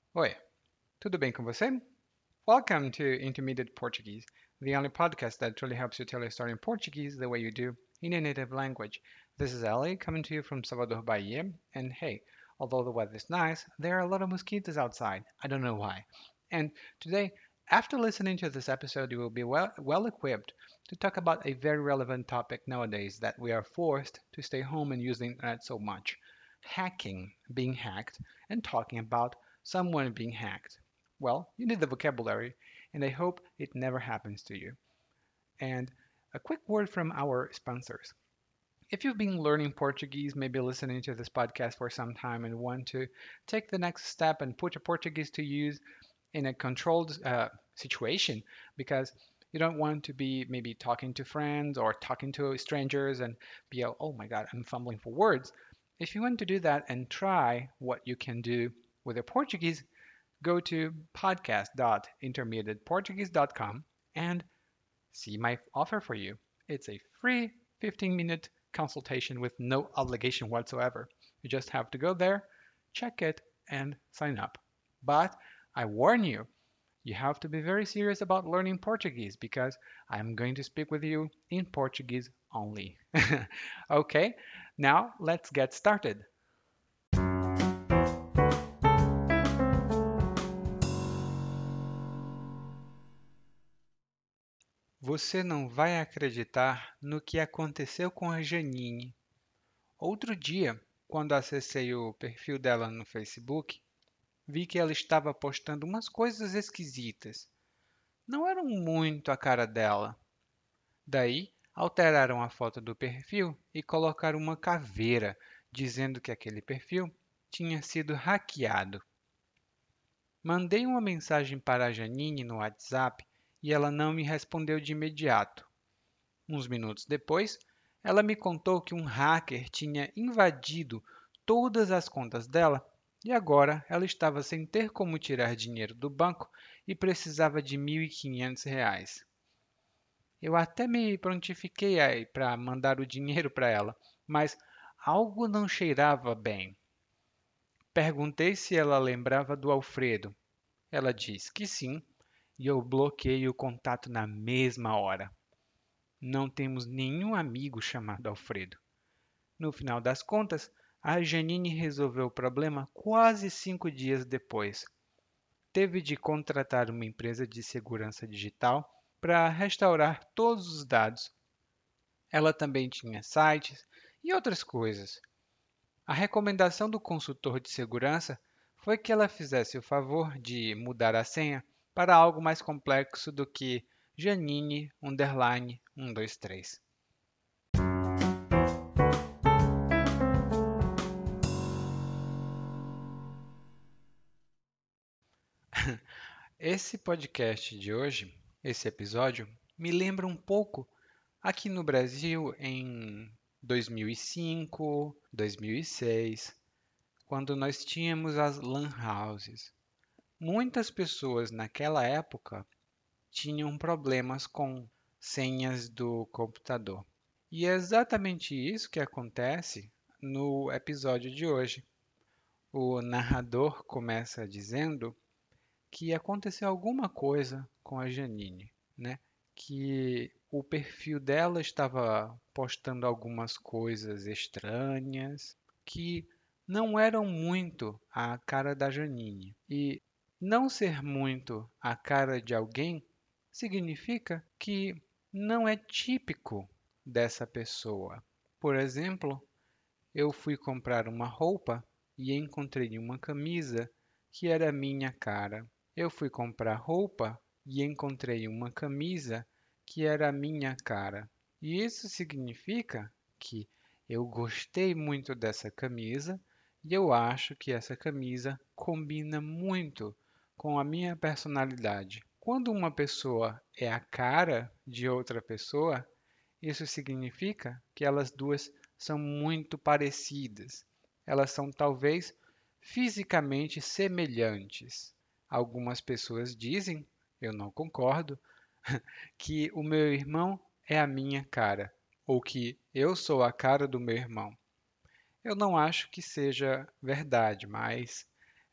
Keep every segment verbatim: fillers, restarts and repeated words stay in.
Oi, tudo bem com você? Welcome to Intermediate Portuguese, the only podcast that truly helps you tell a story in Portuguese the way you do in your native language. This is Ali coming to you from Salvador, Bahia, and hey, although the weather is nice, there are a lot of mosquitoes outside. I don't know why. And today, after listening to this episode, you will be well, well equipped to talk about a very relevant topic nowadays that we are forced to stay home and use the internet so much: hacking, being hacked, and talking about someone being hacked. Well, you need the vocabulary, and I hope it never happens to you. And a quick word from our sponsors. If you've been learning Portuguese, maybe listening to this podcast for some time and want to take the next step and put your Portuguese to use in a controlled uh, situation, because you don't want to be maybe talking to friends or talking to strangers and be, oh my God, I'm fumbling for words. If you want to do that and try what you can do with your Portuguese, go to podcast dot intermediate portuguese dot com and see my offer for you. It's a free fifteen minute consultation with no obligation whatsoever. You just have to go there, check it, and sign up. But I warn you, you have to be very serious about learning Portuguese because I'm going to speak with you in Portuguese only. Okay, now let's get started. Você não vai acreditar no que aconteceu com a Janine. Outro dia, quando acessei o perfil dela no Facebook, vi que ela estava postando umas coisas esquisitas. Não eram muito a cara dela. Daí, alteraram a foto do perfil e colocaram uma caveira, dizendo que aquele perfil tinha sido hackeado. Mandei uma mensagem para a Janine no WhatsApp e ela não me respondeu de imediato. Uns minutos depois, ela me contou que um hacker tinha invadido todas as contas dela e agora ela estava sem ter como tirar dinheiro do banco e precisava de mil e quinhentos reais. Eu até me prontifiquei aí para mandar o dinheiro para ela, mas algo não cheirava bem. Perguntei se ela lembrava do Alfredo. Ela disse que sim, e eu bloqueei o contato na mesma hora. Não temos nenhum amigo chamado Alfredo. No final das contas, a Janine resolveu o problema quase cinco dias depois. Teve de contratar uma empresa de segurança digital para restaurar todos os dados. Ela também tinha sites e outras coisas. A recomendação do consultor de segurança foi que ela fizesse o favor de mudar a senha para algo mais complexo do que Janine underline um dois três. Esse podcast de hoje, esse episódio, me lembra um pouco aqui no Brasil em dois mil e cinco, dois mil e seis, quando nós tínhamos as lan houses. Muitas pessoas naquela época tinham problemas com senhas do computador. E é exatamente isso que acontece no episódio de hoje. O narrador começa dizendo que aconteceu alguma coisa com a Janine, né? Que o perfil dela estava postando algumas coisas estranhas que não eram muito a cara da Janine. E não ser muito a cara de alguém significa que não é típico dessa pessoa. Por exemplo, eu fui comprar uma roupa e encontrei uma camisa que era minha cara. Eu fui comprar roupa e encontrei uma camisa que era a minha cara. E isso significa que eu gostei muito dessa camisa e eu acho que essa camisa combina muito com a minha personalidade. Quando uma pessoa é a cara de outra pessoa, isso significa que elas duas são muito parecidas. Elas são talvez fisicamente semelhantes. Algumas pessoas dizem, eu não concordo, que o meu irmão é a minha cara, ou que eu sou a cara do meu irmão. Eu não acho que seja verdade, mas é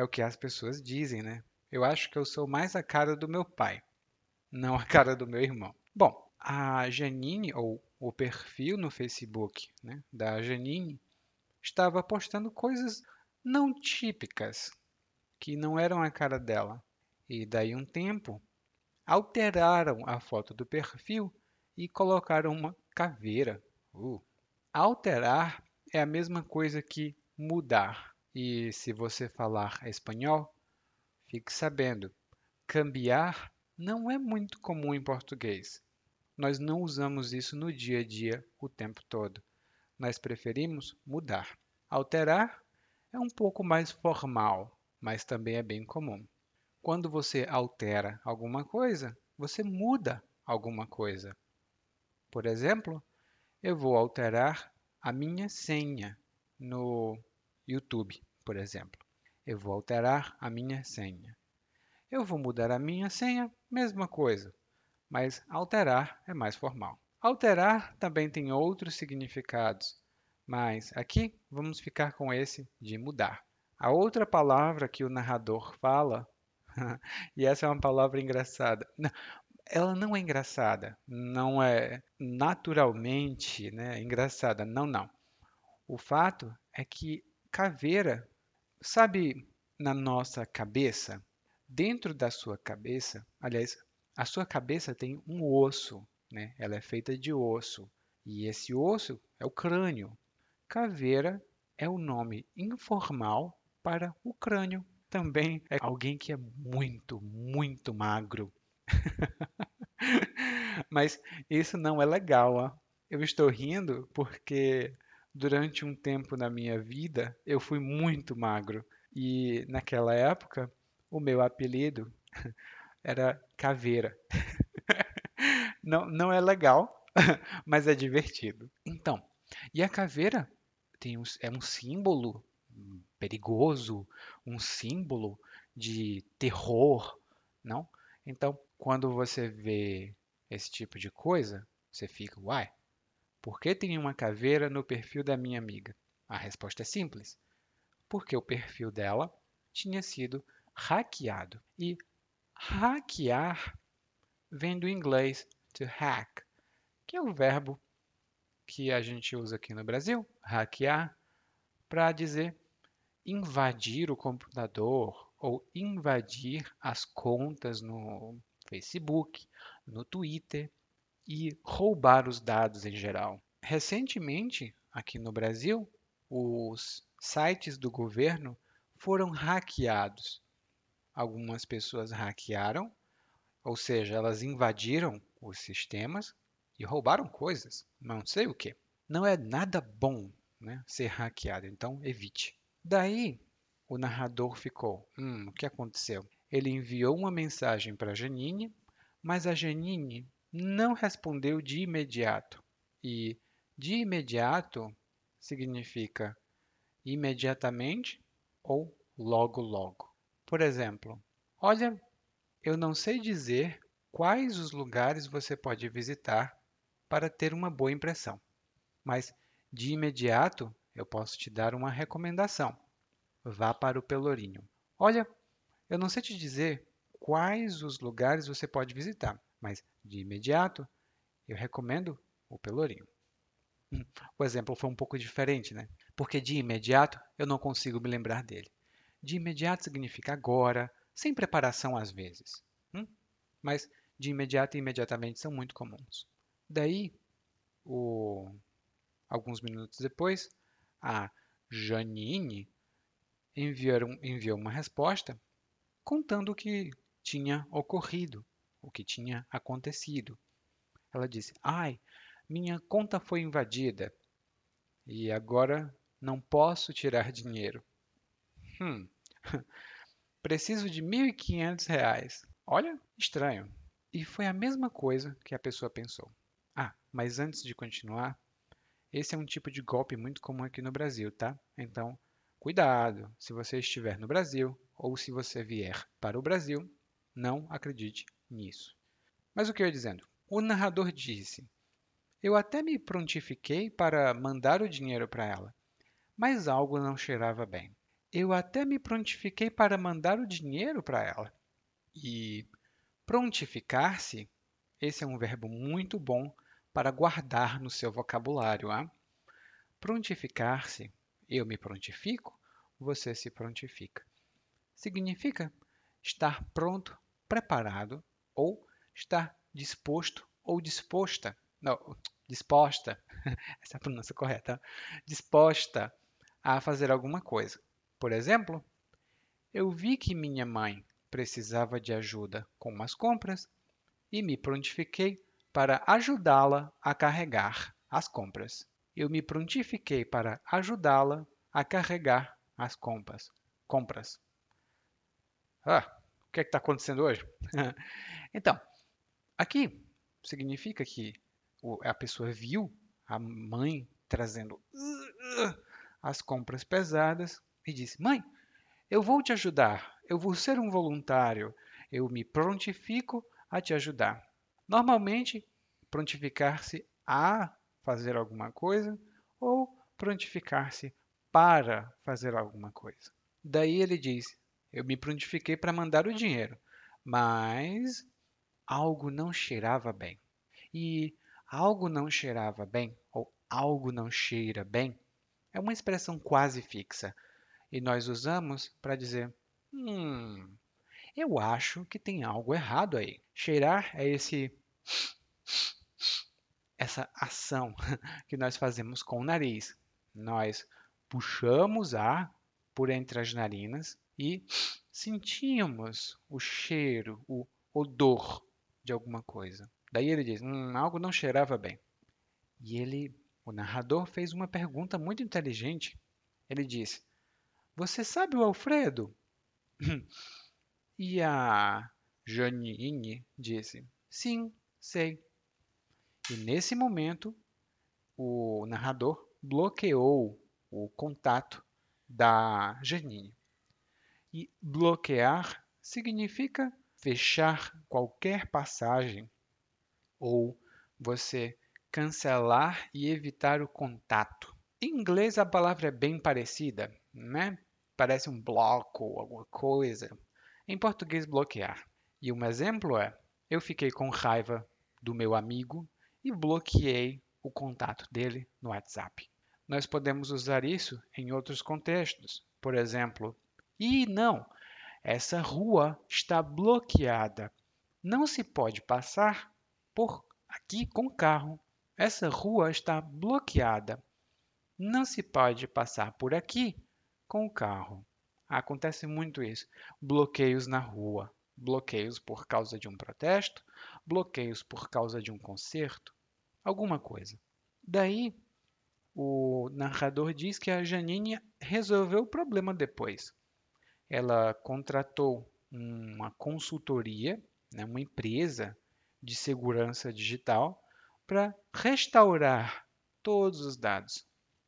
É o que as pessoas dizem, né? Eu acho que eu sou mais a cara do meu pai, não a cara do meu irmão. Bom, a Janine, ou o perfil no Facebook, né, da Janine, estava postando coisas não típicas, que não eram a cara dela. E daí um tempo, alteraram a foto do perfil e colocaram uma caveira. Uh. Alterar é a mesma coisa que mudar. E se você falar espanhol, fique sabendo, cambiar não é muito comum em português. Nós não usamos isso no dia a dia o tempo todo. Nós preferimos mudar. Alterar é um pouco mais formal, mas também é bem comum. Quando você altera alguma coisa, você muda alguma coisa. Por exemplo, eu vou alterar a minha senha no YouTube, por exemplo. Eu vou alterar a minha senha. Eu vou mudar a minha senha, mesma coisa, mas alterar é mais formal. Alterar também tem outros significados, mas aqui vamos ficar com esse de mudar. A outra palavra que o narrador fala, e essa é uma palavra engraçada. Ela não é engraçada, não é naturalmente, né, engraçada. Não, não. O fato é que caveira, sabe, na nossa cabeça, dentro da sua cabeça, aliás, a sua cabeça tem um osso, né? Ela é feita de osso. E esse osso é o crânio. Caveira é o nome informal para o crânio. Também é alguém que é muito, muito magro. Mas isso não é legal, ó. Eu estou rindo porque durante um tempo na minha vida eu fui muito magro e naquela época o meu apelido era Caveira. Não, não é legal, mas é divertido. Então, e a caveira tem um, é um símbolo perigoso, um símbolo de terror, não? Então, quando você vê esse tipo de coisa, você fica, uai, por que tem uma caveira no perfil da minha amiga? A resposta é simples, porque o perfil dela tinha sido hackeado. E hackear vem do inglês to hack, que é o verbo que a gente usa aqui no Brasil, hackear, para dizer invadir o computador ou invadir as contas no Facebook, no Twitter e roubar os dados em geral. Recentemente, aqui no Brasil, os sites do governo foram hackeados. Algumas pessoas hackearam, ou seja, elas invadiram os sistemas e roubaram coisas, não sei o que. Não é nada bom, né, ser hackeado, então evite. Daí, o narrador ficou: hum, o que aconteceu? Ele enviou uma mensagem para Janine, mas a Janine não respondeu de imediato. E de imediato significa imediatamente ou logo logo. Por exemplo, olha, eu não sei dizer quais os lugares você pode visitar para ter uma boa impressão, mas de imediato eu posso te dar uma recomendação. Vá para o Pelourinho. Olha, eu não sei te dizer quais os lugares você pode visitar, mas de imediato eu recomendo o Pelourinho. Hum, O exemplo foi um pouco diferente, né? Porque de imediato eu não consigo me lembrar dele. De imediato significa agora, sem preparação às vezes. Hum? Mas de imediato e imediatamente são muito comuns. Daí, o- alguns minutos depois, a Janine enviaram- enviou uma resposta contando o que tinha ocorrido, o que tinha acontecido. Ela disse: Ai, minha conta foi invadida e agora não posso tirar dinheiro. Hum, preciso de mil e quinhentos reais. Olha, estranho. E foi a mesma coisa que a pessoa pensou. Ah, mas antes de continuar, esse é um tipo de golpe muito comum aqui no Brasil, tá? Então, cuidado, se você estiver no Brasil ou se você vier para o Brasil, não acredite nisso. Mas o que eu ia dizendo? O narrador disse: Eu até me prontifiquei para mandar o dinheiro para ela, mas algo não cheirava bem. Eu até me prontifiquei para mandar o dinheiro para ela. E prontificar-se, esse é um verbo muito bom para guardar no seu vocabulário. Ah? Prontificar-se, eu me prontifico, você se prontifica. Significa estar pronto, preparado ou estar disposto ou disposta. Não, disposta, essa é a pronúncia correta. Disposta a fazer alguma coisa. Por exemplo, eu vi que minha mãe precisava de ajuda com as compras e me prontifiquei para ajudá-la a carregar as compras. Eu me prontifiquei para ajudá-la a carregar as compras. Compras. Ah, o que é que está acontecendo hoje? Então, aqui significa que a pessoa viu a mãe trazendo uh, uh, as compras pesadas e disse: Mãe, eu vou te ajudar, eu vou ser um voluntário, eu me prontifico a te ajudar. Normalmente, prontificar-se a fazer alguma coisa ou prontificar-se para fazer alguma coisa. Daí ele diz: Eu me prontifiquei para mandar o dinheiro, mas algo não cheirava bem. E algo não cheirava bem, ou algo não cheira bem, é uma expressão quase fixa e nós usamos para dizer: Hum, eu acho que tem algo errado aí. Cheirar é esse, essa ação que nós fazemos com o nariz. Nós puxamos ar por entre as narinas e sentimos o cheiro, o odor de alguma coisa. Daí ele diz: hum, algo não cheirava bem. E ele, o narrador, fez uma pergunta muito inteligente. Ele disse: Você sabe o Alfredo? E a Janine disse: Sim, sei. E nesse momento, o narrador bloqueou o contato da Janine. E bloquear significa fechar qualquer passagem ou você cancelar e evitar o contato. Em inglês a palavra é bem parecida, né? Parece um bloco, alguma coisa. Em português, bloquear. E um exemplo é: eu fiquei com raiva do meu amigo e bloqueei o contato dele no WhatsApp. Nós podemos usar isso em outros contextos. Por exemplo, e não, essa rua está bloqueada. Não se pode passar por aqui com carro. Essa rua está bloqueada. Não se pode passar por aqui com o carro. Acontece muito isso. Bloqueios na rua, bloqueios por causa de um protesto, bloqueios por causa de um concerto, alguma coisa. Daí, o narrador diz que a Janine resolveu o problema depois. Ela contratou uma consultoria, né, uma empresa de segurança digital, para restaurar todos os dados.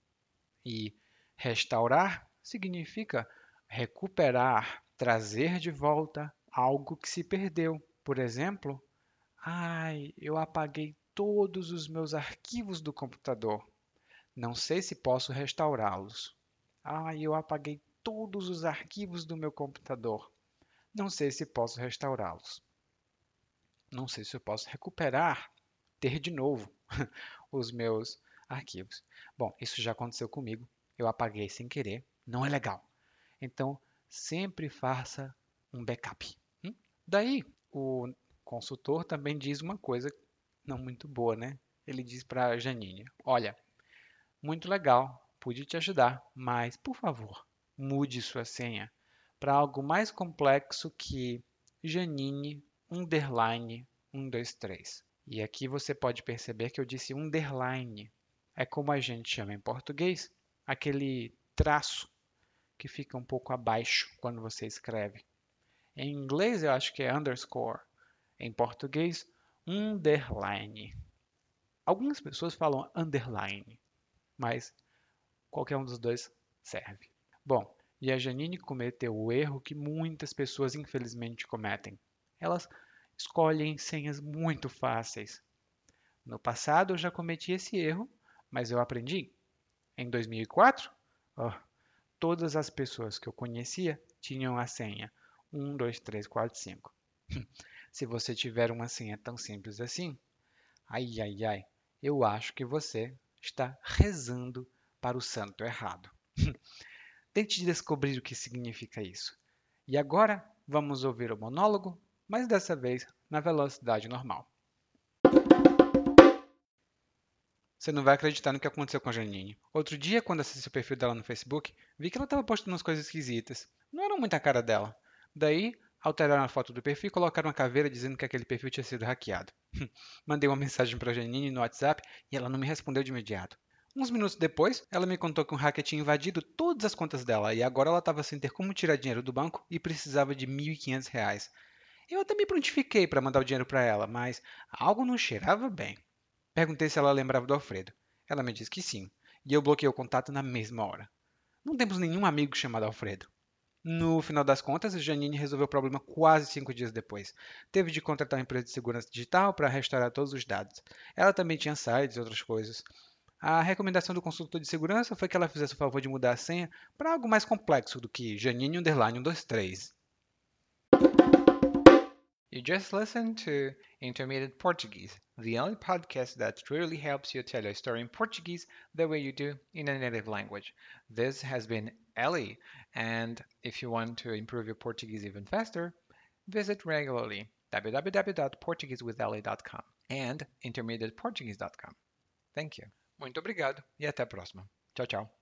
E restaurar significa recuperar, trazer de volta algo que se perdeu. Por exemplo, ai, eu apaguei todos os meus arquivos do computador. Não sei se posso restaurá-los. Ai, eu apaguei todos os arquivos do meu computador. Não sei se posso restaurá-los. Não sei se eu posso recuperar, ter de novo os meus arquivos. Bom, isso já aconteceu comigo. Eu apaguei sem querer. Não é legal. Então, sempre faça um backup. Hum? Daí, o consultor também diz uma coisa não muito boa, né? Ele diz para a Janine: Olha, muito legal, pude te ajudar, mas por favor, mude sua senha para algo mais complexo que Janine underline um dois três. E aqui você pode perceber que eu disse underline. É como a gente chama em português aquele traço que fica um pouco abaixo quando você escreve. Em inglês eu acho que é underscore. Em português, underline. Algumas pessoas falam underline, mas qualquer um dos dois serve. Bom, e a Janine cometeu o erro que muitas pessoas infelizmente cometem. Elas escolhem senhas muito fáceis. No passado eu já cometi esse erro, mas eu aprendi. Em dois mil e quatro, oh, todas as pessoas que eu conhecia tinham a senha um, dois, três, quatro, cinco. Se você tiver uma senha tão simples assim, ai, ai, ai, eu acho que você está rezando para o santo errado. Tente descobrir o que significa isso. E agora vamos ouvir o monólogo, mas dessa vez na velocidade normal. Você não vai acreditar no que aconteceu com a Janine. Outro dia, quando acessei o perfil dela no Facebook, vi que ela estava postando umas coisas esquisitas. Não eram muito a cara dela. Daí, alteraram a foto do perfil e colocaram uma caveira dizendo que aquele perfil tinha sido hackeado. Mandei uma mensagem para a Janine no WhatsApp e ela não me respondeu de imediato. Uns minutos depois, ela me contou que um hacker tinha invadido todas as contas dela e agora ela estava sem ter como tirar dinheiro do banco e precisava de mil e quinhentos reais. Eu até me prontifiquei para mandar o dinheiro para ela, mas algo não cheirava bem. Perguntei se ela lembrava do Alfredo. Ela me disse que sim, e eu bloqueei o contato na mesma hora. Não temos nenhum amigo chamado Alfredo. No final das contas, Janine resolveu o problema quase cinco dias depois. Teve de contratar uma empresa de segurança digital para restaurar todos os dados. Ela também tinha sites e outras coisas. A recomendação do consultor de segurança foi que ela fizesse o favor de mudar a senha para algo mais complexo do que Janine Underline um dois três. You just listened to Intermediate Portuguese, the only podcast that really helps you tell a story in Portuguese the way you do in a native language. This has been Ellie, and if you want to improve your Portuguese even faster, visit regularly w w w dot portuguese with ellie dot com and intermediate portuguese dot com. Thank you. Muito obrigado e até a próxima. Tchau, tchau.